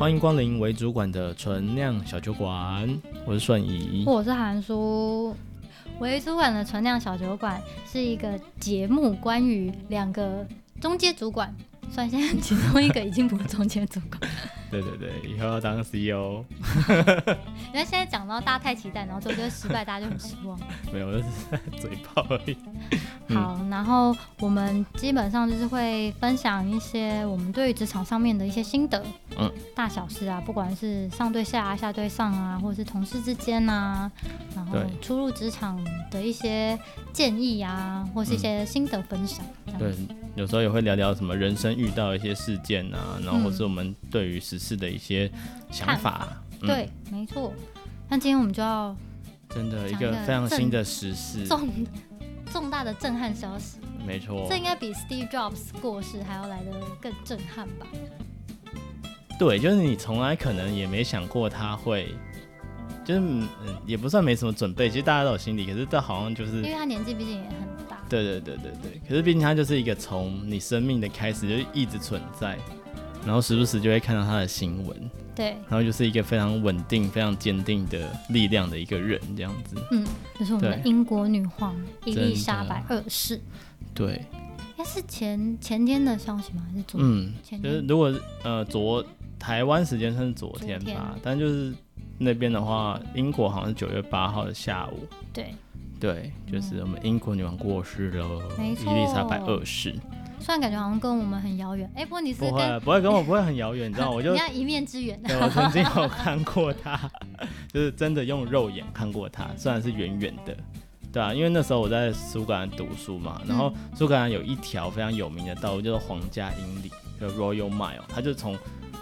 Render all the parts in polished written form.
欢迎光临为主管的纯酿小酒馆，我是顺仪， 我是韩叔。为主管的纯酿小酒馆是一个节目，关于两个中阶主管，虽然现在其中一个已经不是中阶主管对对对，以后要当 CEO 因为现在讲到大家太期待，然后最后就失败，大家就很失望。 没有，就是嘴炮而已。 好，然后我们基本上就是会分享一些我们对于职场上面的一些心得，大小事啊，不管是上对下啊，下对上啊，或者是同事之间啊，然后初入职场的一些建议啊，或是一些心得分享。 对，有时候也会聊聊什么人生遇到一些事件啊，然后或是我们对于时事的一些想法。 对，没错。那今天我们就要真的一个非常新的时事， 重大的震撼消息。 没错， 这应该比 Steve Jobs 过世还要来得更震撼吧？ 对，就是你从来可能也没想过他会，就是也不算没什么准备，其实大家都有心理，可是这好像就是因为他年纪毕竟也很大。 对对对对对，可是毕竟他就是一个从你生命的开始就一直存在，然后时不时就会看到他的新闻。 对， 然后就是一个非常稳定、非常坚定的力量的一个人，这样子。 就是我们的英国女皇伊丽莎白二世。 对， 应该是前天的消息吗？还是昨天？前天就是如果台湾时间是昨天吧，但就是那边的话，英国好像是9月8号的下午。对，就是我们英国女王过世了，伊丽莎白二世。 虽然感觉好像跟我们很遥远，不过你是不会跟我不会很遥远，你知道我就你要一面之缘。 对，我曾经有看过他，就是真的用肉眼看过他，虽然是远远的，对啊，因为那时候我在苏格兰读书嘛，然后苏格兰有一条非常有名的道路，叫做皇家英里，叫 Royal Mile， 它就从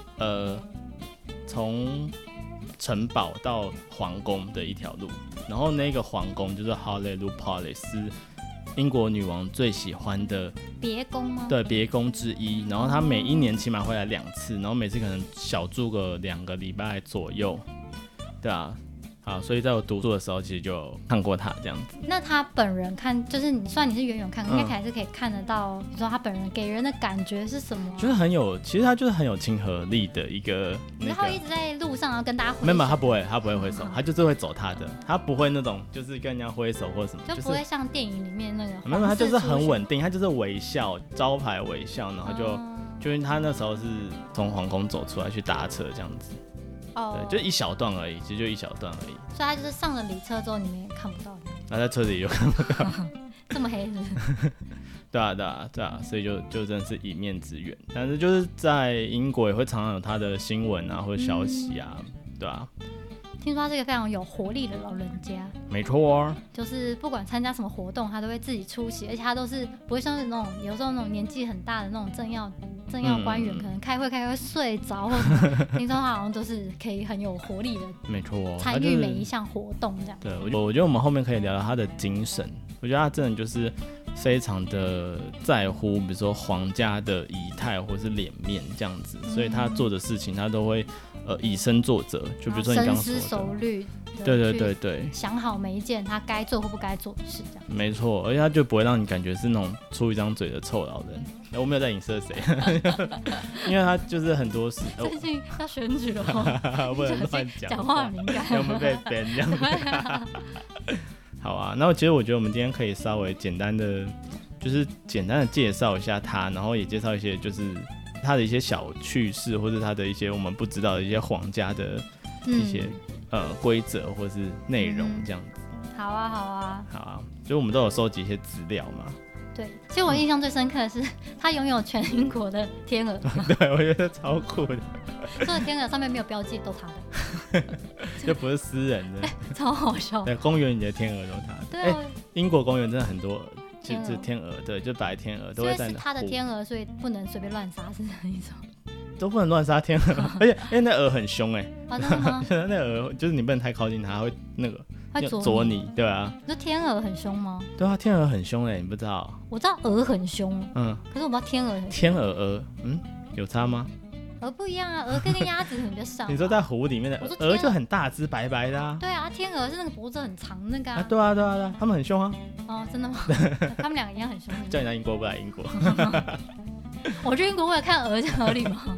城堡到皇宫的一条路，然后那个皇宫就是 Holyrood Palace， 是英国女王最喜欢的别宫吗？ 对，别宫之一。然后她每一年起码会来2次，然后每次可能小住个2个礼拜左右，对啊。好，所以在我读书的时候，其实就有看过他这样子。 那他本人看，就是你虽然你是远远看，应该还是可以看得到，你说他本人给人的感觉是什么？ 就是其实他就是很有亲和力的一个。 然后一直在路上，然后跟大家挥手。 没有，他不会挥手，他就是会走他的，他不会那种就是跟人家挥手或什么， 就不会像电影里面那个。 没有，他就是很稳定，他就是微笑，招牌微笑，然后就是他那时候是从皇宫走出来去搭车这样子。对，就一小段而已，其实就一小段而已。 所以他就是上了礼车之后，你们也看不到。 那在车子里就看不到。 这么黑是不是？ 对啊，所以就真的是一面之缘。但是就是在英国也会常常有他的新闻啊，或者消息啊，对啊。 听说他是一个非常有活力的老人家。 没错， 就是不管参加什么活动，他都会自己出席，而且他都是不会像是那种有时候那种年纪很大的那种政要官员，可能开会睡着或什么。听说他好像都是可以很有活力的， 没错， 参与每一项活动这样。 对，我觉得我们后面可以聊聊他的精神。我觉得他真的就是非常的在乎，比如说皇家的仪态或是脸面这样子，所以他做的事情他都会以身作则。就比如说你刚刚说的，深思熟虑。对， 想好每一件他该做或不该做的事，这样。 没错，而且他就不会让你感觉是那种出一张嘴的臭老人。我没有在影射谁，因为他就是很多事。 最近要选举了， 不能乱讲话敏感， 要不被 ban 这样子。好啊，那其实我觉得我们今天可以稍微简单的介绍一下他，然后也介绍一些就是他的一些小趣事，或者他的一些我们不知道的一些皇家的一些规则或是内容这样子。 好啊， 就我们都有收集一些资料嘛。 对，其实我印象最深刻的是他拥有全英国的天鹅。 对，我觉得超酷的。 这个天鹅上面没有标记，都他的， 就不是私人的， 超好笑。 对，公园里的天鹅都他的。 对， 英国公园真的很多，就是天鹅，对，就白天鹅都会在。 是他的天鹅，所以不能随便乱杀，是那一种。 都不能乱杀天鹅，而且因为那鹅很凶真的吗？ 那鹅就是你不能太靠近它，会那个会啄你，对啊。 你说天鹅很凶吗？ 对啊，天鹅很凶你不知道？ 我知道鹅很凶，可是我不知道天鹅很凶。 天鹅，有差吗？ 鹅不一样啊，鹅跟鸭子可能比较像。 你说在湖里面的鹅就很大只，白白的啊。 对啊，天鹅是那个脖子很长那个啊。 对啊，他们很凶啊。 哦，真的吗？他们两个一样很凶。 叫你来英国不来英国？ 我去英国为了看鹅，这合理吗？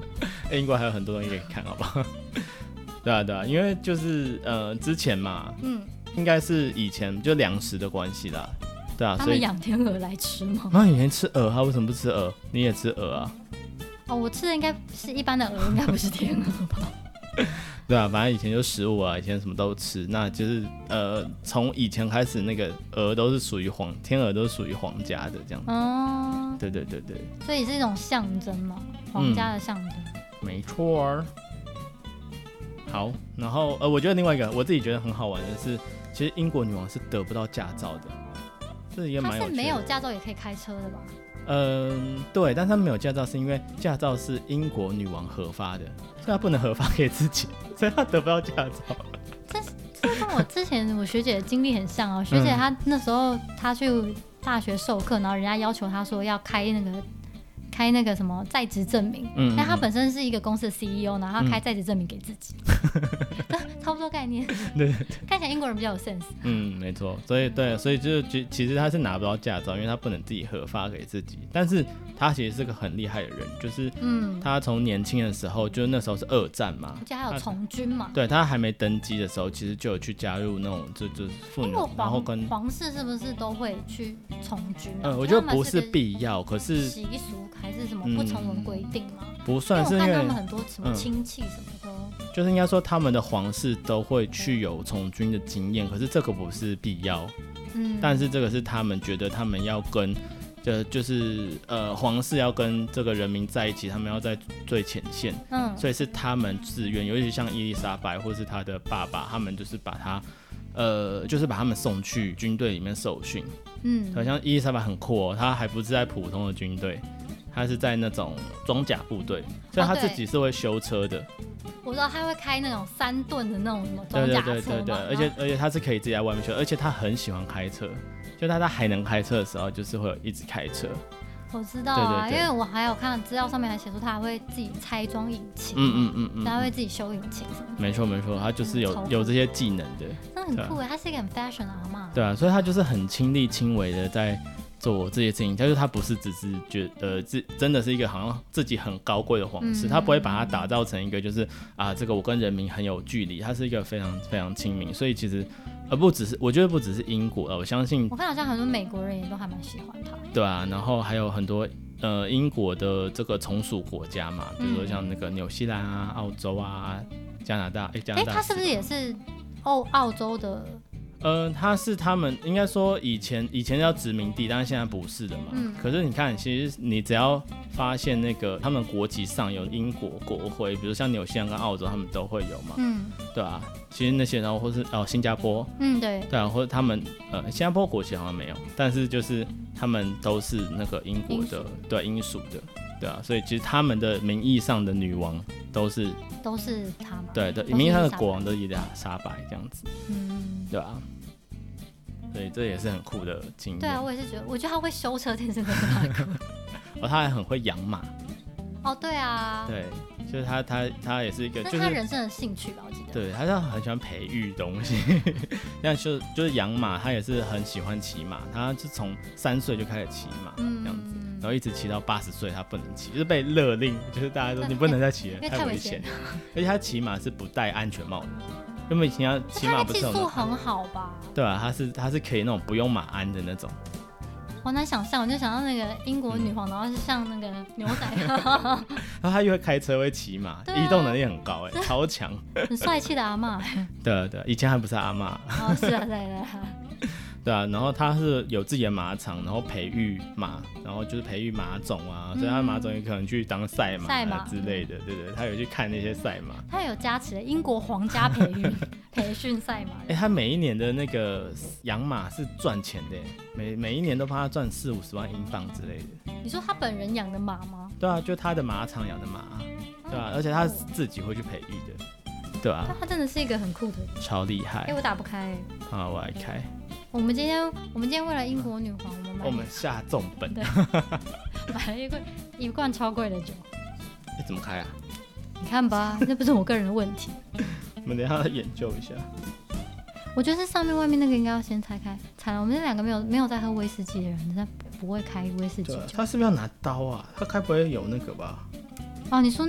英国还有很多东西可以看，好不好？对啊，对啊，因为就是之前嘛，应该是以前就粮食的关系啦，对啊， 他们养天鹅来吃吗？ 那以前吃鹅，他为什么不吃鹅？你也吃鹅啊？ 哦，我吃的应该是一般的鹅，应该不是天鹅吧？ 对啊，反正以前就食物啊，以前什么都吃，那就是从以前开始，那个鹅都是属于天鹅都是属于皇家的这样子。哦，对， 所以是一种象征嘛，皇家的象征。 没错儿。好，然后我觉得另外一个我自己觉得很好玩的是，其实英国女王是得不到驾照的，这是一个蛮有趣的。 她是没有驾照也可以开车的吧？ 对，但她没有驾照是因为驾照是英国女王核发的，所以她不能核发给自己，所以她得不到驾照。 这跟我之前我学姐的经历很像哦。学姐她那时候她去大学授课，然后人家要求她说要开那个什么在职证明，但她本身是一个公司的 CEO， 然后她开在职证明给自己，差不多概念。对，看起来英国人比较有 sense。没错，所以就其实他是拿不到驾照，因为他不能自己核发给自己。但是他其实是个很厉害的人，就是他从年轻的时候，就那时候是二战嘛， 而且还有从军嘛。 对，他还没登基的时候，其实就有去加入那种就是妇女，然后跟皇室是不是都会去从军？ 我觉得不是必要，可是习俗还是什么不成文规定吗？ 不算，是因为我看他们很多什么亲戚什么的， 就是应该说他们的皇室都会去有从军的经验，可是这个不是必要。但是这个是他们觉得他们要跟就是皇室要跟这个人民在一起，他们要在最前线，所以是他们自愿，尤其像伊丽莎白或是他的爸爸，他们就是把他就是把他们送去军队里面受训。好像伊丽莎白很酷哦，他还不是在普通的军队，他是在那种装甲部队，所以他自己是会修车的。 我知道他会开那种3吨的那种什么装甲车嘛， 而且他是可以自己在外面修，而且他很喜欢开车，就他还能开车的时候，就是会一直开车。 我知道啊，因为我还有看资料上面还写说他还会自己拆装引擎，他会自己修引擎什么的。 没错，他就是有这些技能的， 真的很酷哎，他是一个很 fashion 的阿嬷。 对啊，所以他就是很亲力亲为的在做这些事情，但是他不是只是觉得真的是一个好像自己很高贵的皇室，他不会把它打造成一个就是这个我跟人民很有距离，他是一个非常非常亲民，所以其实不只是我觉得不只是英国我相信我看好像很多美国人也都还蛮喜欢他。 对啊，然后还有很多英国的这个从属国家嘛，比如说像那个纽西兰啊、澳洲啊、加拿大， 他是不是也是澳洲的？ 他是他们应该说以前叫殖民地，但是现在不是的嘛。可是你看，其实你只要发现那个他们国旗上有英国国徽，比如像纽西兰跟澳洲，他们都会有嘛。对啊，其实那些然后或是新加坡，对啊，或者他们新加坡国旗好像没有，但是就是他们都是那个英国的，对，英属的，对啊，所以其实他们的名义上的女王都是他嘛。 对，名义上的国王都是伊丽莎白这样子。对啊。所以这也是很酷的经验。 对啊，我也是觉得，我觉得他会修车，真的是蛮酷。 他还很会养马。 对啊。 对，就是他也是一个，就是他人生的兴趣吧，我记得。 对，他很喜欢培育东西，像就是养马，他也是很喜欢骑马，他是从3岁就开始骑马这样子，然后一直骑到80岁，他不能骑，就是被勒令，就是大家说你不能再骑了，太危险了。而且他骑马是不戴安全帽的。因为以前骑马不是技术很好吧？ 对啊，他是可以那种不用马鞍的那种。 好难想象，我就想到那个英国女皇，然后是像那个牛仔， 然后他又会开车会骑马，移动能力很高超强， 很帅气的阿嬷。 对，以前还不是阿嬷。 是啊， 对啊，然后他是有自己的马场，然后培育马，然后就是培育马种啊，所以他马种也可能去当赛马之类的，对，他有去看那些赛马。 他有加持英国皇家培训赛马。 他每一年的那个养马是赚钱的，每一年都帮他赚40-50万英镑之类的。 你说他本人养的马吗？ 对啊，就他的马场养的马，对啊，而且他自己会去培育的，对啊。 他真的是一个很酷的人， 超厉害。 我打不开。 好，我来开。 我们今天为了英国女皇， 我们下重本， 买了一罐超贵的酒。 怎么开啊？ 你看吧，那不是我个人的问题。 我们等一下要研究一下。 我觉得是上面外面那个应该要先拆开。惨了，我们这2个没有在喝威士忌的人，真的不会开威士忌酒。 他是不是要拿刀啊？他该不会有那个吧？ 你说那个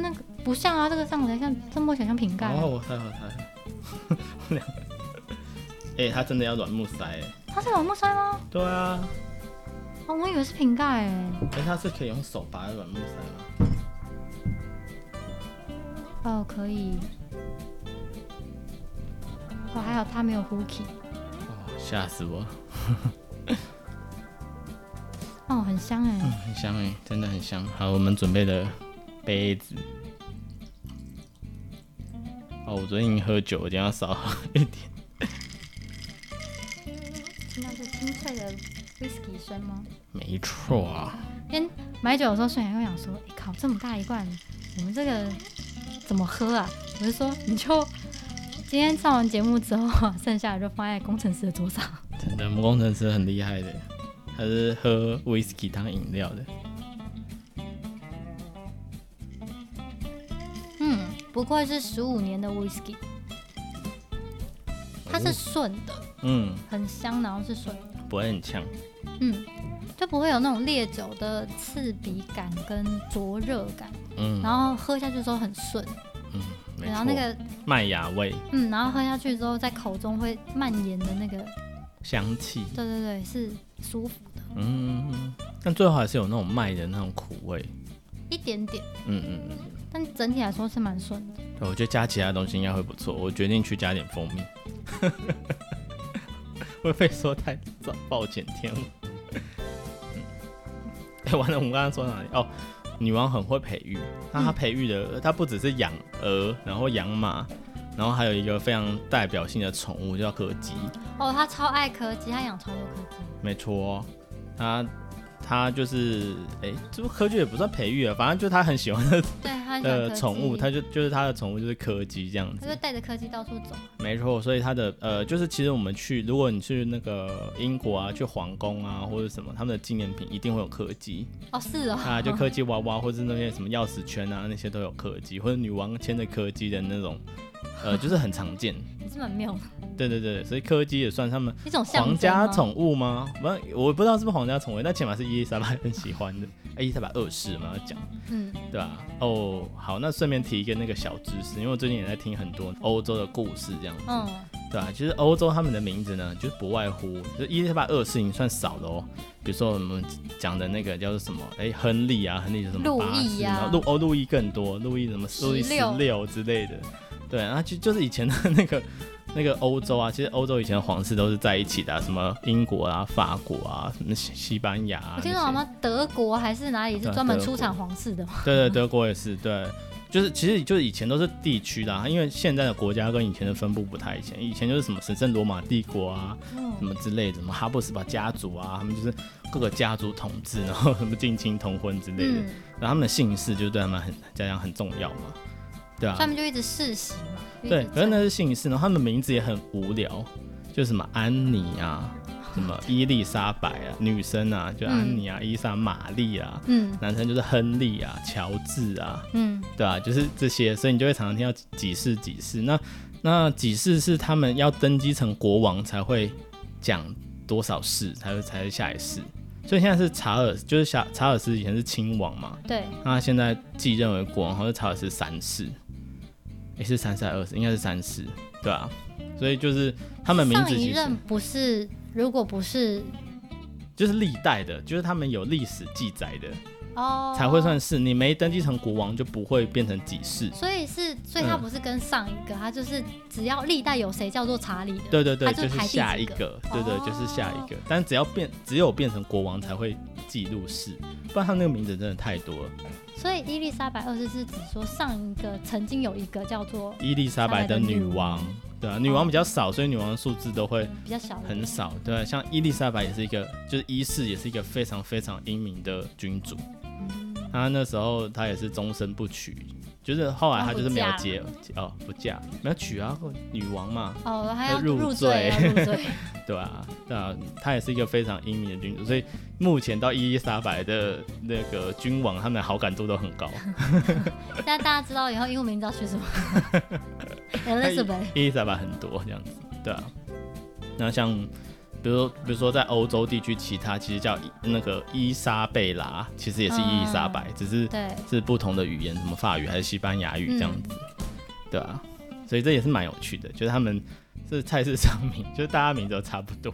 不像啊，这个上起来像，这摸起来像瓶盖。 哦，我猜，它真的要软木塞它是软木塞吗？ 对啊。 哦，我以为是瓶盖它是可以用手拔的软木塞吗？ 哦，可以。哦，还好它没有 hooky。 吓死我！ 哦，很香很香真的很香。好，我们准备的杯子。我昨天已经喝酒，我今天要少喝一点。 听到这清脆的 whisky 声吗？ 没错啊。 今天买酒的时候，顺阳又想说：“靠，这么大一罐，我们这个怎么喝啊？”我就说：“你就今天上完节目之后，剩下的就放在工程师的桌上。” 真的，我们工程师很厉害的，他是喝 whisky 当饮料的。 不愧是15年的 whisky， 它是顺的，很香，然后是顺的， 不会很呛， 就不会有那种烈酒的刺鼻感跟灼热感，然后喝下去之后很顺， 没错， 然后那个麦芽味， 然后喝下去之后在口中会蔓延的那个香气， 对，是舒服的， 但最后还是有那种麦的那种苦味， 一点点，但整体来说是蛮顺的。 对，我觉得加其他东西应该会不错。我决定去加点蜂蜜。会被说太早，抱歉天王。完了，我们刚刚说哪里？哦，女王很会培育。那她培育的，她不只是养鹅，然后养马，然后还有一个非常代表性的宠物叫柯基。 哦，她超爱柯基，她养超多柯基。 没错，他就是，这不柯基也不算培育啊，反正就是他很喜欢的宠物，他就是他的宠物就是柯基这样子， 他就带着柯基到处走。 没错，所以他的就是其实我们如果你去那个英国啊，去皇宫啊或者什么，他们的纪念品一定会有柯基。 哦，是哦。 就柯基娃娃，或者那些什么钥匙圈啊，那些都有柯基，或者女王牵的柯基的那种，就是很常见。 也是蛮妙的。 对，所以柯基也算他们一种皇家宠物吗？我不知道是不是皇家宠物，但起码是伊丽莎白很喜欢的。伊丽莎白2世嘛要讲，对吧？好，那顺便提一个那个小知识，因为我最近也在听很多欧洲的故事，这样子，对吧？其实欧洲他们的名字呢，就是不外乎，就是伊丽莎白2世已经算少的哦。比如说我们讲的那个叫做什么？亨利啊，亨利是什么？ 路易啊， 路易更多，路易什么？路易16之类的。对，然后就是以前的那个欧洲啊，其实欧洲以前的皇室都是在一起的，什么英国啊、法国啊、什么西班牙啊。 我听说好像德国还是哪里是专门出产皇室的吗？ 对，德国也是，对，其实就是以前都是地区的，因为现在的国家跟以前的分布不太以前就是什么神圣罗马帝国啊，什么之类的，什么哈布斯堡家族啊，他们就是各个家族统治，然后什么近亲通婚之类的，然后他们的姓氏就对他们这样很重要嘛。对啊， 他们就一直世袭嘛。 对，可是那是姓氏，然后他们名字也很无聊，就什么安妮啊，什么伊丽莎白啊，女生啊就安妮啊、伊丽莎、玛丽啊，男生就是亨利啊、乔治啊，对啊，就是这些，所以你就会常常听到几世。那几世是他们要登基成国王才会讲多少世才会下一世。所以现在是查尔，就是查尔斯以前是亲王嘛， 对， 那现在继任为国王，好像是查尔斯3世。是3世还是2世？应该是3世，对啊。所以就是他们名字其实上一任不是，如果不是， 就是历代的，就是他们有历史记载的，才会算是。你没登基成国王就不会变成几世。 所以他不是跟上一个，他就是只要历代有谁叫做查理的， 对，就是下一个，对，就是下一个。但只有变成国王才会记录世，不然他那个名字真的太多了。 所以伊丽莎白2世是指说上一个曾经有一个叫做伊丽莎白的女王，对啊，女王比较少，所以女王的数字都会比较小， 很少。对，像伊丽莎白也是一个，就是1世也是一个非常非常英明的君主。他那时候他也是终身不娶，就是后来他就是没有不嫁，没有娶啊，女王嘛， 还要入赘， 对啊，他也是一个非常英明的君主，所以目前到伊丽莎白的那个君王，他们的好感度都很高。 但大家知道以后英文名字要取什么？Elizabeth。 伊丽莎白很多这样子，对啊。那像比比如说在欧洲地区，其实叫那个伊莎贝拉，其实也是伊丽莎白，只是是不同的语言，什么法语还是西班牙语这样子，对啊，所以这也是蛮有趣的，就是他们是菜市场名，就是大家名字都差不多。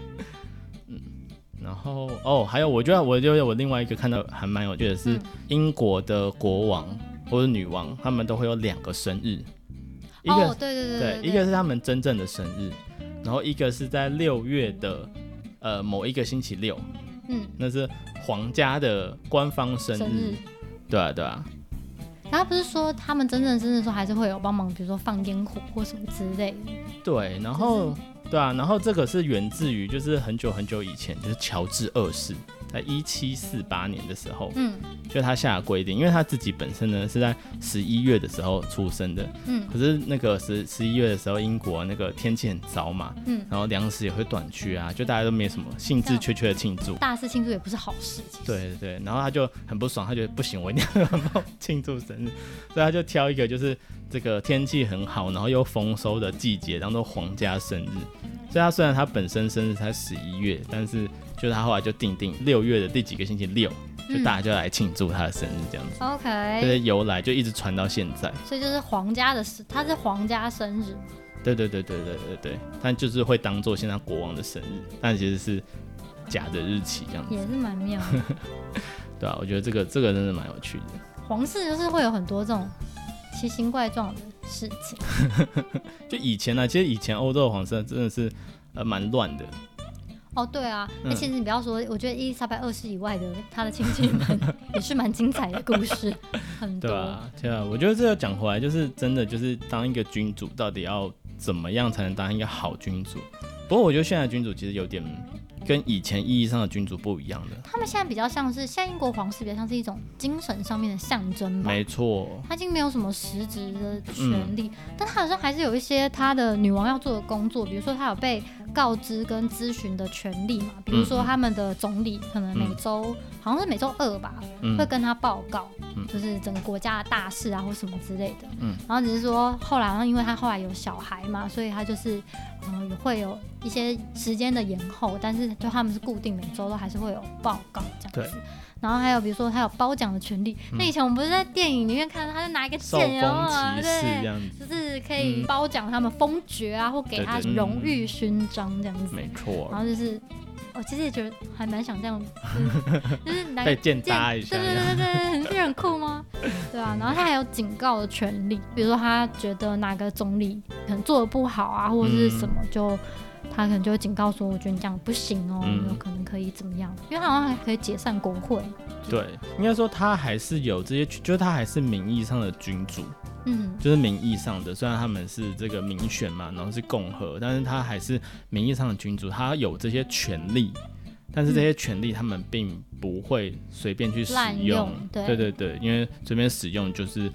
然后还有我觉得我另外一个看到还蛮有趣的是，英国的国王或者女王，他们都会有2个生日，一个对，一个是他们真正的生日，然后一个是在6月的某一个星期六，那是皇家的官方生日，对啊。 然后不是说他们真正的生日的时候还是会有帮忙，比如说放烟火或什么之类的。对， 然后对啊，然后这个是源自于就是很久很久以前，就是乔治2世在1748年的时候，就他下的规定，因为他自己本身呢是在11月的时候出生的，可是那个11月的时候，英国那个天气很糟嘛，然后粮食也会短缺啊，就大家都没什么兴致缺的庆祝， 大肆庆祝也不是好事。 对，然后他就很不爽，他觉得不行，我一定要帮我庆祝生日，所以他就挑一个就是这个天气很好，然后又丰收的季节当做皇家生日。所以他虽然他本身生日才11月，但是就是他后来就定6月的第几个星期六，就大家就来庆祝他的生日这样子。 OK， 这些由来就一直传到现在。 所以就是皇家的，他是皇家生日。 对，但就是会当做现在国王的生日，但其实是假的日期这样子。 也是蛮妙的。 对啊，我觉得这个真的蛮有趣的。 皇室就是会有很多这种奇形怪状的事情。 就以前呢，其实以前欧洲的皇室真的是蛮乱的。 对啊，其实你不要说，我觉得伊丽莎白2世以外的他的亲戚们也是蛮精彩的故事，很多。对啊， 我觉得这个讲回来，就是真的就是当一个君主到底要怎么样才能当一个好君主？不过我觉得现在的君主其实有点跟以前意义上的君主不一样的。 他们现在比较像是，现在英国皇室比较像是一种精神上面的象征吧。 没错， 他已经没有什么实质的权利，但他好像还是有一些他的女王要做的工作，比如说他有被告知跟咨询的权利嘛，比如说他们的总理可能每周好像是每周2吧，会跟他报告，就是整个国家的大事啊或什么之类的。然后只是说后来，因为他后来有小孩嘛，所以他就是也会有一些时间的延后，但是就他们是固定每周都还是会有报告这样子。然后还有比如说他有褒奖的权利，那以前我们不是在电影里面看到他就拿一个剑啊，对， 就是可以褒奖他们封爵啊，或给他荣誉勋章这样子。 没错。 然后就是我其实也觉得还蛮想这样，就是拿被剑搭一下， 对，很很酷吗？对啊。然后他还有警告的权利，比如说他觉得哪个总理可能做的不好啊，或者是什么他可能就会警告说，我觉得你这样不行哦，有可能可以怎么样？因为他好像还可以解散国会。 对，应该说他还是有这些，就是他还是名义上的君主，就是名义上的。虽然他们是这个民选嘛，然后是共和，但是他还是名义上的君主，他有这些权利，但是这些权利他们并不会随便去使用。对，因为随便使用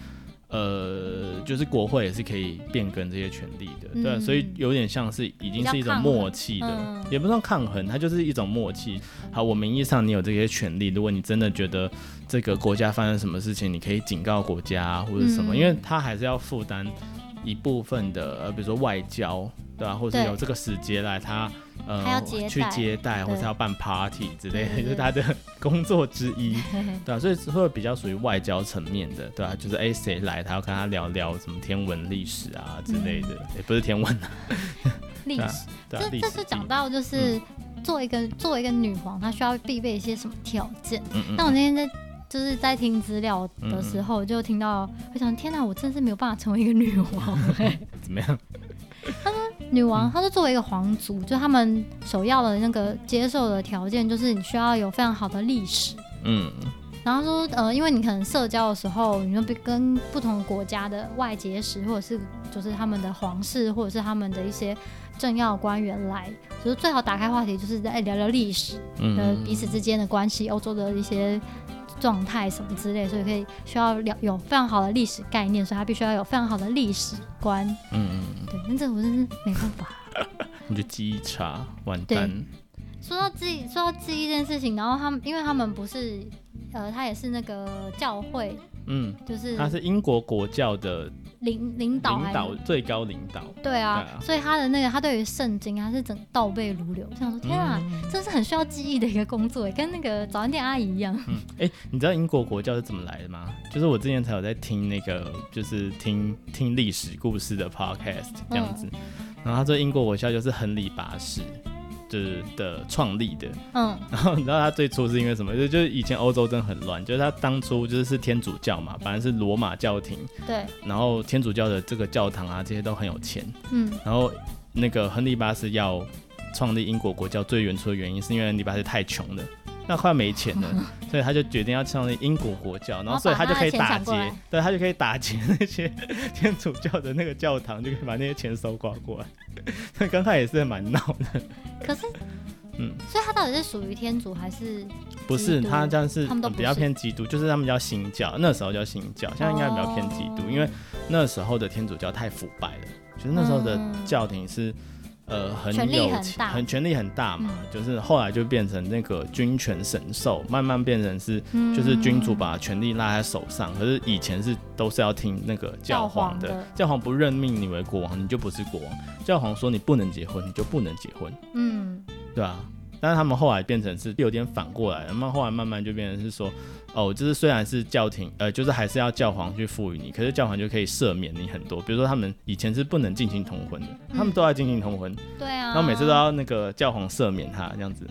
就是国会也是可以变更这些权利的，对，所以有点像是已经是一种默契的，也不算抗衡，它就是一种默契。好，我名义上你有这些权利，如果你真的觉得这个国家发生什么事情，你可以警告国家或者什么，因为他还是要负担一部分的，比如说外交，对吧？或者有这个使节来他去接待，或是要办 party 之类的，就是他的工作之一，对啊，所以会比较属于外交层面的，对啊，就是谁来，他要跟他聊聊什么天文历史啊之类的，也不是天文啊， 历史。这是讲到就是作为一个女皇，她需要必备一些什么条件？那我那天就是在听资料的时候，就听到，我想天哪，我真是没有办法成为一个女王怎么样？ 他说女王，她说作为一个皇族，就他们首要的那个接受的条件，就是你需要有非常好的历史。然后说因为你可能社交的时候，你会跟不同国家的外结识，或者是就是他们的皇室，或者是他们的一些政要官员来，就是最好打开话题，就是在聊聊历史，彼此之间的关系，欧洲的一些状态什么之类，所以需要有非常好的历史概念，所以他必须要有非常好的历史观。对，那这我真是没办法。 你就记忆差，完蛋。 说到记忆这件事情，然后因为他们不是他也是那个教会，就是他是英国国教的领导最高领导。 对啊，所以他对于圣经他是整倒背如流。我想说天啊，这是很需要记忆的一个工作，跟那个早餐店阿姨一样。 你知道英国国教是怎么来的吗？就是我之前才有在听那个，就是听历史故事的 podcast 这样子。然后他说英国国教就是亨利八世的创立的，然后你知道他最初是因为什么？就是以前欧洲真的很乱，就是他当初就是天主教嘛，本来是罗马教廷， 对， 然后天主教的这个教堂啊，这些都很有钱，然后那个亨利八世要创立英国国教最原初的原因，是因为亨利八世太穷了。那快没钱了，所以他就决定要创立英国国教，然后所以他就可以打劫，对，他就可以打劫那些天主教的那个教堂，就可以把那些钱收刮过来。所以刚开始也是蛮闹的。 可是，所以他到底是属于天主还是？ 不是，他这样是比较偏基督，就是他们叫新教，那时候叫新教，现在应该比较偏基督，因为那时候的天主教太腐败了，就是那时候的教廷是。权力很大嘛，就是后来就变成那个君权神授，慢慢变成是就是君主把权力拉在手上，可是以前都是要听那个教皇的，教皇不任命你为国王，你就不是国王，教皇说你不能结婚，你就不能结婚，对吧？但是他们后来变成是有点反过来，那么后来慢慢就变成是说，就是虽然是教廷，就是还是要教皇去赋予你，可是教皇就可以赦免你很多，比如说他们以前是不能近亲同婚的，他们都要近亲同婚， 对啊， 然后每次都要那个教皇赦免他这样子，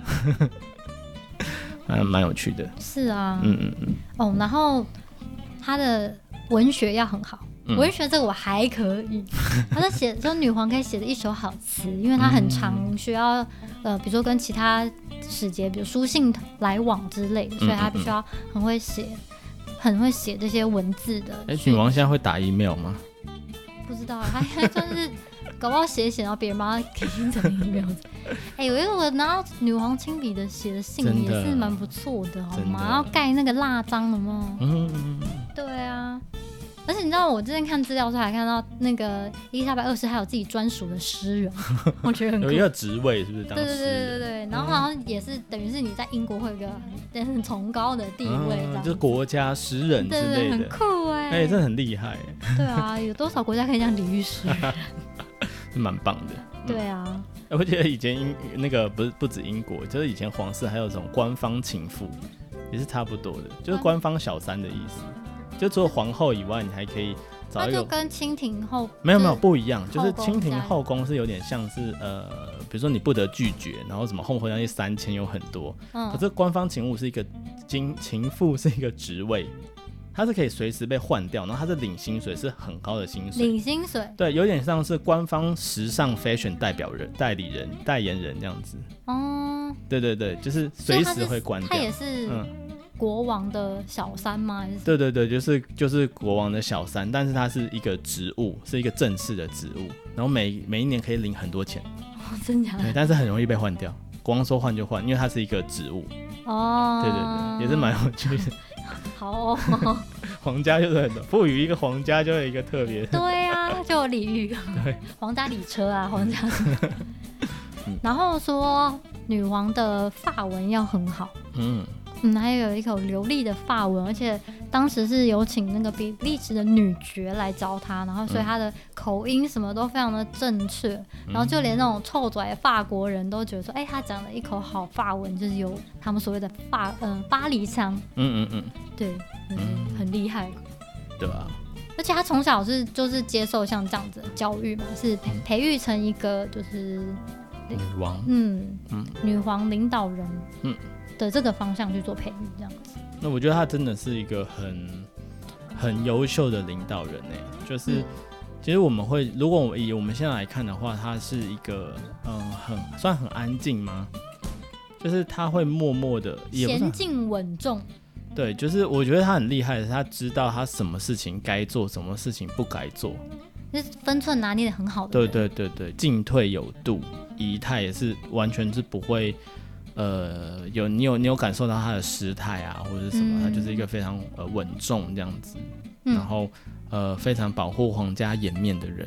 蛮有趣的。 是啊，然后他的文学要很好。文学这个我还可以，他在写说女皇可以写的一手好词，因为她很常需要比如说跟其他使节，比如书信来往之类的，所以她必须要很会写这些文字的。 女王现在会打 email 吗？ 不知道，她应该算是搞不好写，然后别人帮她给印成 email。有一个我拿到女皇亲笔的写的信也是蛮不错的，好吗？然后盖那个蜡章了吗？对啊。而且你知道，我之前看资料的时候还看到那个伊丽莎白二世还有自己专属的诗人，我觉得很酷。 有一个职位是不是？当诗人？ 对，然后好像也是等于是你在英国会有一个很崇高的地位， 就是国家诗人之类的， 很酷哎， 真的很厉害。 对啊，有多少国家可以这样礼遇诗人？ 是蛮棒的。 对啊， 我觉得以前那个不止英国，就是以前皇室还有这种官方情妇，也是差不多的，就是官方小三的意思。就除了皇后以外，你还可以找一个。 那就跟清廷后没有不一样，就是清廷后宫是有点像是比如说你不得拒绝，然后什么后宫那些3000有很多，可是官方情妇是一个情妇是一个职位，它是可以随时被换掉，然后它是领薪水，是很高的薪水。 领薪水？ 对，有点像是官方时尚 fashion 代言人这样子。对，就是随时会关掉。 他也是国王的小三吗？ 对，就是国王的小三，但是他是一个职务，是一个正式的职务，然后每一年可以领很多钱。 真假的？ 对，但是很容易被换掉，国王说换就换，因为它是一个职务。对，也是蛮有趣的。 好皇家就是很赋予一个皇家就有一个特别。 对啊，就有礼遇。 对， 皇家礼车啊，皇家。然后说女王的法文要很好。还有一口流利的法文，而且当时是有请那个比利时的女爵来教她，然后所以她的口音什么都非常的正确，然后就连那种臭拽的法国人都觉得说，她讲了一口好法文，就是有他们所谓的巴黎腔。对，很厉害。 对啊。 而且她从小就是接受像这样子的教育嘛，是培育成一个就是女王， 女皇领导人，的这个方向去做培育，这样子。 那我觉得他真的是一个很优秀的领导人就是其实我们会，如果以我们现在来看的话，他是一个算很安静吗？就是他会默默的娴静稳重。 对，就是我觉得他很厉害的是，他知道他什么事情该做，什么事情不该做， 就是分寸拿捏的很好的人。 对，进退有度，仪态也是完全是不会。你有感受到他的失态啊，或者什么，他就是一个非常稳重这样子，然后非常保护皇家颜面的人，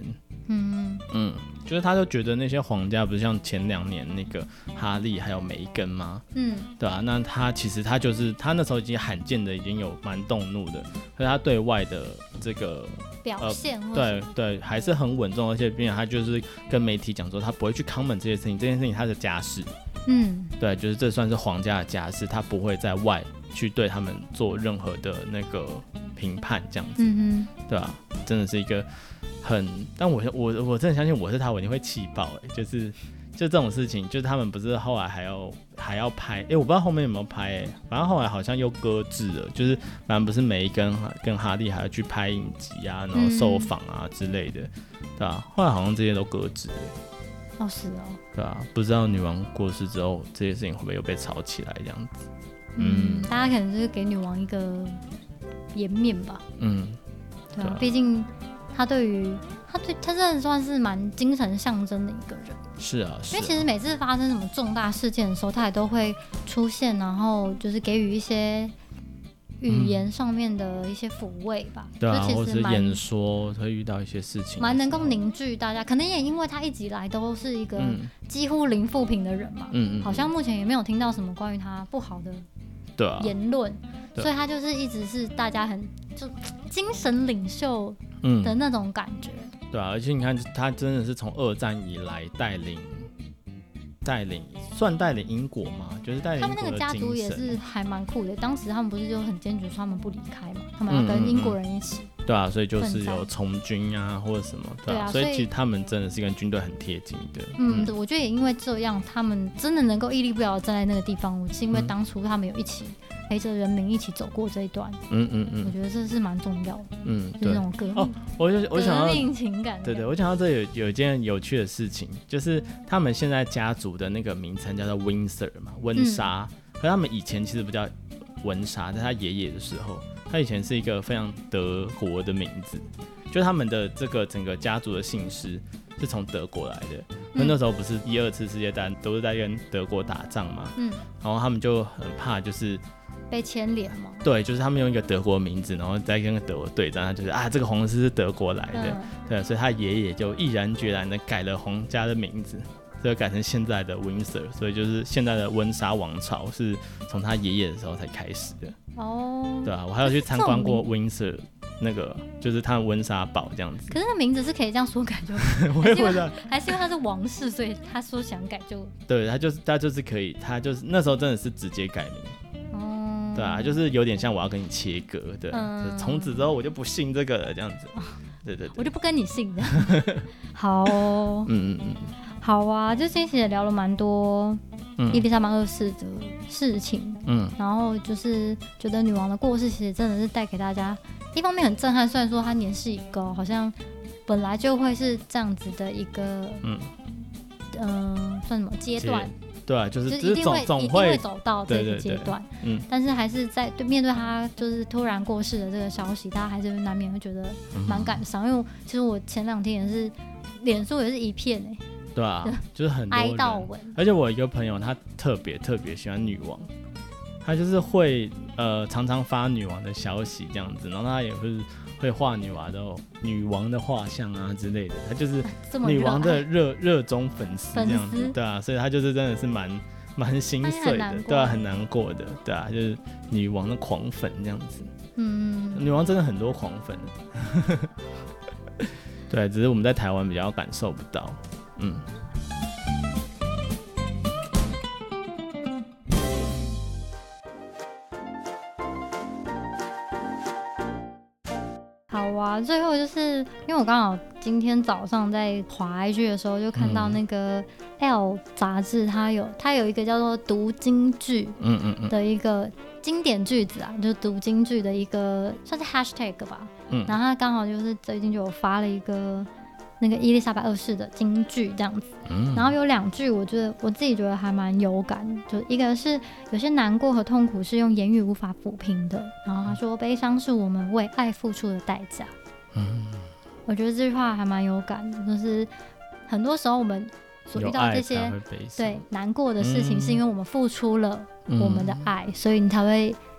就是他就觉得那些皇家不是像前2年那个哈利还有梅根吗？对啊，那他其实他就是他那时候已经罕见的已经有蛮动怒的，可是他对外的这个表现对还是很稳重，而且并且他就是跟媒体讲说他不会去comment这些事情，这件事情他的家事，对，就是这算是皇家的家事，他不会在外去对他们做任何的那个评判这样子，对啊，真的是一个但我真的相信我是他，我一定会气爆就这种事情，就是他们不是后来还要拍，我不知道后面有没有拍反正后来好像又搁置了，就是反正不是梅根跟哈利还要去拍影集啊，然后受访啊之类的，对啊，后来好像这些都搁置了。 是哦。 对啊，不知道女王过世之后，这些事情会不会又被炒起来这样子？ 大家可能就是给女王一个颜面吧。对啊，毕竟他真的算是蛮精神象征的一个人。 是啊， 因为其实每次发生什么重大事件的时候，他也都会出现，然后就是给予一些语言上面的一些抚慰吧。 对啊，或是演说会遇到一些事情， 蛮能够凝聚大家。可能也因为他一直以来都是一个几乎零负评的人嘛，好像目前也没有听到什么关于他不好的言论，所以他就是一直是大家就精神领袖的那种感觉。 对啊，而且你看他真的是从2战以来带领英国嘛，就是带领英国的精神。他们那个家族也是还蛮酷的，当时他们不是就很坚决说他们不离开嘛，他们要跟英国人一起。 对啊，所以就是有从军啊或者什么，对啊，所以其实他们真的是跟军队很贴近的。 我觉得也因为这样，他们真的能够屹立不摇站在那个地方，是因为当初他们有一起陪着人民一起走过这一段。我觉得这是蛮重要的。就是那种革命我想要革命情感。 对，我想到这有一件有趣的事情，就是他们现在家族的那个名称叫做 Windsor 嘛，温莎。可他们以前其实不叫温莎，在他爷爷的时候，他以前是一个非常德国的名字，就他们的这个整个家族的姓氏是从德国来的。那时候不是1、2次世界大战都是在跟德国打仗嘛，然后他们就很怕就是被牵连吗？ 对，就是他们用一个德国名字，然后再跟德国对战，他就是这个皇室是德国来的，对，所以他爷爷就毅然决然的改了皇家的名字，所以改成现在的 Windsor， 所以就是现在的温莎王朝是从他爷爷的时候才开始的。对啊，我还有去参观过 Windsor 那个，就是他的温莎堡这样子。 可是那名字是可以这样说改就我也不知道， 还是因为他是王室，所以他说想改就对，他就是可以，他就是那时候真的是直接改名。对啊，就是有点像我要跟你切割，对，从此之后我就不信这个了，这样子。对， 我就不跟你信的。好好啊，就今天也聊了蛮多伊丽莎白2世的事情，然后就是觉得女王的过世其实真的是带给大家，一方面很震撼，虽然说她年事已高，好像本来就会是这样子的一个算什么阶段。 对啊，就是一定会走到这个阶段，但是还是在面对他就是突然过世的这个消息，大家还是难免会觉得蛮感伤，因为其实我前2天也是脸书也是一片对啊，就是很多哀悼文， 而且我有一个朋友他特别喜欢女王，他就是会常常发女王的消息这样子，然后他也会画女王的画像啊之类的，他就是女王的热衷粉丝这样子，对啊，所以他就是真的是蛮心碎的，对啊，很难过的，对啊，就是女王的狂粉这样子，女王真的很多狂粉，对，只是我们在台湾比较感受不到， 好啊，最后就是因为我刚好今天早上在滑 IG 的时候，就看到那个 L 杂志，它有一个叫做读金句的一个经典句子啊，就是读金句的一个算是 hashtag 吧。然后他刚好就是最近就有发了一个那个伊丽莎白2世的金句这样子。然后有2句，我自己觉得还蛮有感，就一个是有些难过和痛苦是用言语无法抚平的，然后他说悲伤是我们为爱付出的代价。我觉得这句话还蛮有感的，就是很多时候我们所遇到这些对难过的事情，是因为我们付出了我们的爱，所以你才会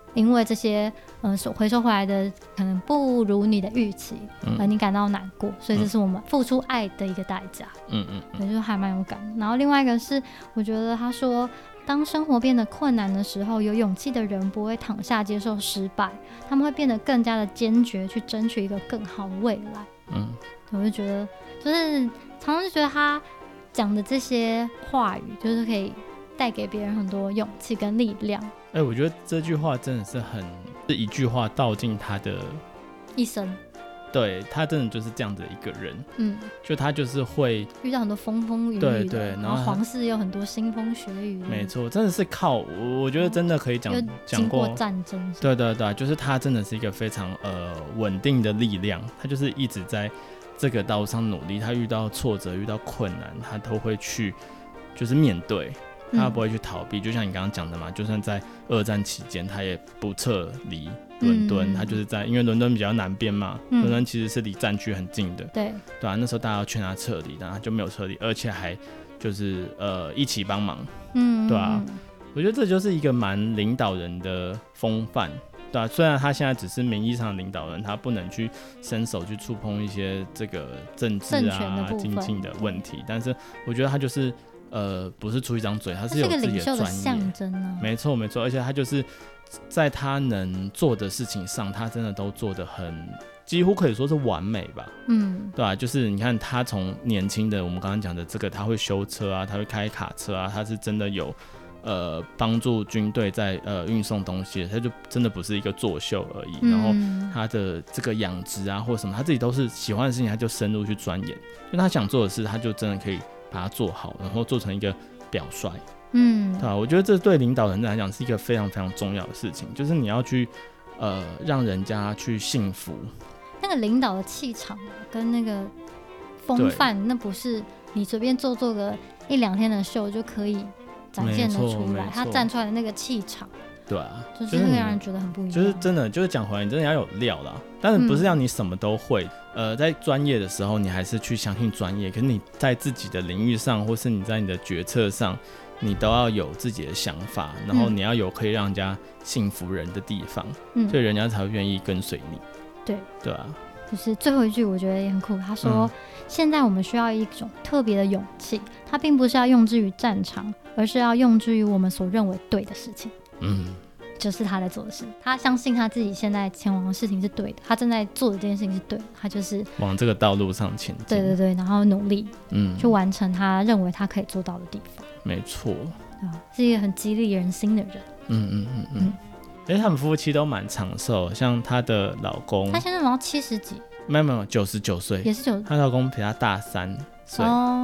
因为这些回收回来的可能不如你的预期，而你感到难过，所以这是我们付出爱的一个代价。我觉得还蛮有感的。然后另外一个是，我觉得他说，当生活变得困难的时候，有勇气的人不会躺下接受失败，他们会变得更加的坚决去争取一个更好的未来。我就觉得，就是常常就觉得他讲的这些话语，就是可以带给别人很多勇气跟力量。 我觉得这句话真的是是一句话道尽他的一生。 对，他真的就是这样的一个人。就他就是会遇到很多风风雨雨的，对，然后皇室有很多腥风血雨。 没错，真的是靠我觉得真的可以讲过战争。 对，就是他真的是一个非常稳定的力量，他就是一直在这个道路上努力，他遇到挫折遇到困难他都会去就是面对，他不会去逃避。就像你刚刚讲的嘛，就算在二战期间他也不撤离伦敦，他就是因为伦敦比较南边嘛，伦敦其实是离战区很近的，对啊，那时候大家要劝他撤离，但他就没有撤离，而且还就是一起帮忙，对啊，我觉得这就是一个蛮领导人的风范，对啊，虽然他现在只是名义上的领导人，他不能去伸手去触碰一些这个政治啊经济的问题，但是我觉得他就是不是出一张嘴，他是有自己的专业，是个领袖的象征啊，没错，而且他就是在他能做的事情上，他真的都做得几乎可以说是完美吧。对啊，就是你看他从年轻的，我们刚刚讲的这个，他会修车啊，他会开卡车啊，他是真的有帮助军队在运送东西，他就真的不是一个作秀而已。然后他的这个养殖啊或什么，他自己都是喜欢的事情，他就深入去钻研，就他想做的事，他就真的可以把它做好，然后做成一个表率。对啊，我觉得这对领导人来讲是一个非常非常重要的事情，就是你要去让人家去信服。 那个领导的气场跟那个风范，那不是你随便做个1-2天的秀就可以展现得出来，他站出来的那个气场，对啊，就是会让人觉得很不一样。就是真的，就是讲回来，你真的要有料啦，但是不是要你什么都会。在专业的时候，你还是去相信专业，可是你在自己的领域上，或是你在你的决策上，你都要有自己的想法，然后你要有可以让人家信服人的地方，所以人家才会愿意跟随你。对啊，就是最后一句我觉得也很酷，他说现在我们需要一种特别的勇气，它并不是要用之于战场，而是要用之于我们所认为对的事情。就是他在做的事，他相信他自己现在前往的事情是对的，他正在做的这件事情是对的，他就是往这个道路上前进。对，然后努力去完成他认为他可以做到的地方。没错，是一个很激励人心的人。他们夫妻都蛮长寿，像她的老公，他现在好像70几，没有99岁，也是90，她老公比她大3岁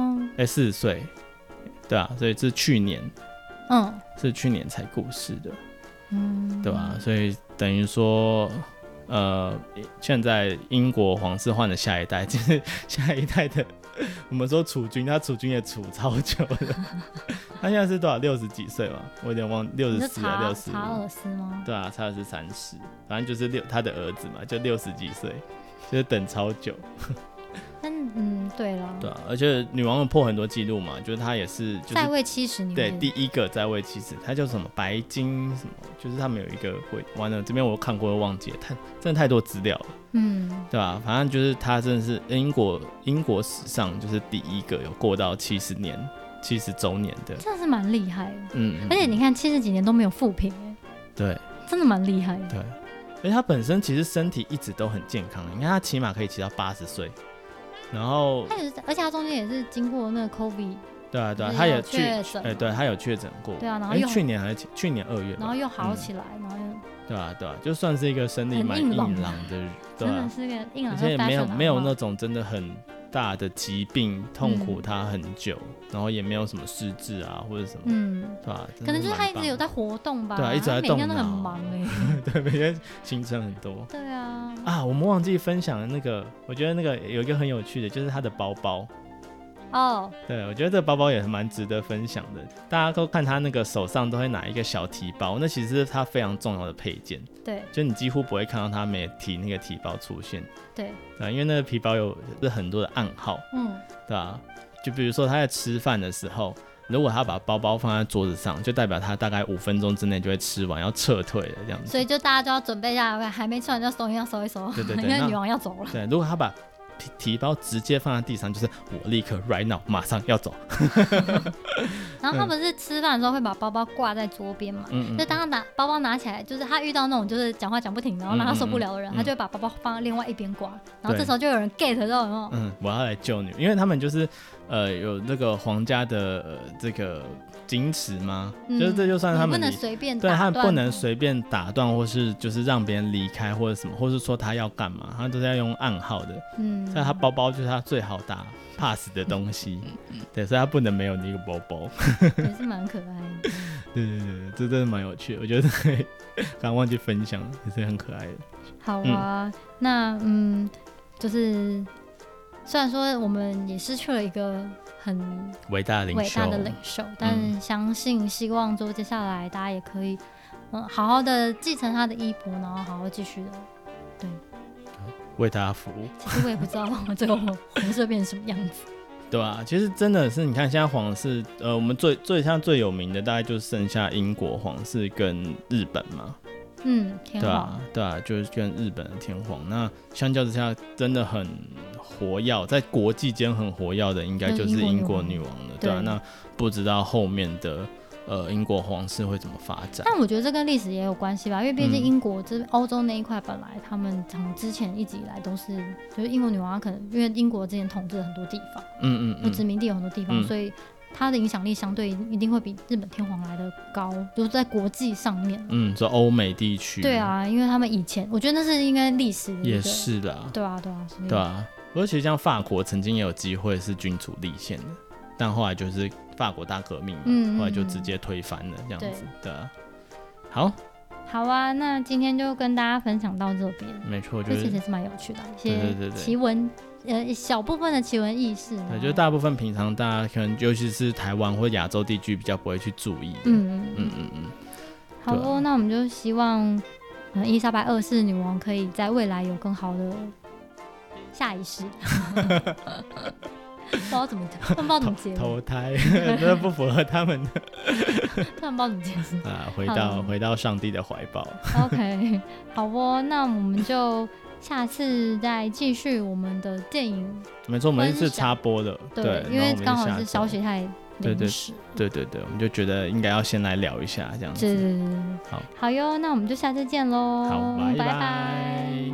，4岁，对啊，所以是去年才过世的。对吧？所以等于说，现在英国皇室换了下一代，就是下一代的，我们说储君，他储君也储超久了。他现在是多少？60几岁嘛？我有点忘，64啊，65。查尔斯吗？对啊，查尔斯30，反正就是他的儿子嘛，就60几岁，就是等超久。对了，对啊，而且女王有破很多记录嘛，就是她也是在位70年，对，第一个在位70，她叫什么白金什么，就是他们有一个会，完了这边我看过又忘记了，真的太多资料了，对吧？反正就是她真的是英国史上就是第一个有过到70周年的，真的是蛮厉害的，而且你看70几年都没有负评，对，真的蛮厉害的，对，而且她本身其实身体一直都很健康，你看她起码可以骑到80岁。然后而且他中间也是经过那个 COVID， 对啊，他也确诊，对，他有确诊过，对啊，然后去年2月，然后又好起来，然后又对啊，就算是一个身体蛮硬朗的人，真的是个硬朗，而且没有那种真的很大的疾病痛苦他很久，然后也没有什么失智啊或者什么，对吧？可能就是他一直有在活动吧，对啊，一直在动，每天都很忙对，每天行程很多，对啊，我们忘记分享的那个，我觉得那个有一个很有趣的，就是他的包包。对，我觉得这个包包也蛮值得分享的。大家都看他那个手上都会拿一个小提包，那其实是他非常重要的配件。对，就你几乎不会看到他没提那个提包出现。对，因为那个皮包有很多的暗号。对啊，就比如说他在吃饭的时候， 如果他把包包放在桌子上，就代表他大概5分钟之内就会吃完，要撤退了这样子。 所以就大家就要准备一下，还没吃完就收一收， 对， 因为女王要走了。 对，如果他把提包直接放在地上，就是我立刻 right now 马上要走。 然后他不是吃饭的时候会把包包挂在桌边嘛？就当他包包拿起来，就是他遇到那种就是讲话讲不停，然后让他受不了的人，他就会把包包放在另外一边挂，然后这时候就有人 get 到有没有？ 我要来救你，因为他们就是有那个皇家的这个矜持吗？就是这就算他们不能随便对他们不能随便打断，或是就是让别人离开或者什么，或是说他要干嘛，他都是要用暗号的。所以他包包就是他最好打 pass 的东西。对，所以他不能没有那个包包。 也是蛮可爱的。 对，这真的蛮有趣的，我觉得刚刚忘记分享，也是很可爱的。 好啊，那就是虽然说我们也失去了一个很伟大的领袖，但相信希望说接下来大家也可以好好的继承他的衣钵，然后好好继续的对为大家服务。 其实我也不知道这个皇室变成什么样子。 对啊，其实真的是你看现在皇室我们最有名的大概就剩下英国皇室跟日本嘛。 天皇对啊，就是跟日本的天皇。那相较之下，真的很活跃，在国际间很活跃的，应该就是英国女王了。对啊，那不知道后面的英国皇室会怎么发展？ 但我觉得这跟历史也有关系吧，因为毕竟英国这欧洲那一块本来他们从之前一直以来都是，就是英国女王可能因为英国之前统治了很多地方，殖民地有很多地方，所以他的影响力相对一定会比日本天皇来的高，就是在国际上面。 说欧美地区。对啊，因为他们以前，我觉得那是应该历史的也是的。 对啊。 而且像法国曾经也有机会是君主立宪的，但后来就是法国大革命嘛，后来就直接推翻了这样子。对啊。好啊，那今天就跟大家分享到这边。 没错， 这其实是蛮有趣的，一些奇闻。小部分的奇闻异事， 对，就是大部分平常大家可能尤其是台湾或亚洲地区比较不会去注意的。 好哦，那我们就希望伊丽莎白2世女王可以在未来有更好的下一世。不知道怎么接投胎，这不符合他们的。 他们不知道怎么解释回到上帝的怀抱。 OK， 好哦，那我们就下次再继续我们的电影。没错，我们是插播的，对， 因为刚好是消息太临时。 对，我们就觉得应该要先来聊一下这样子。 好哟，那我们就下次见喽。 好，拜拜。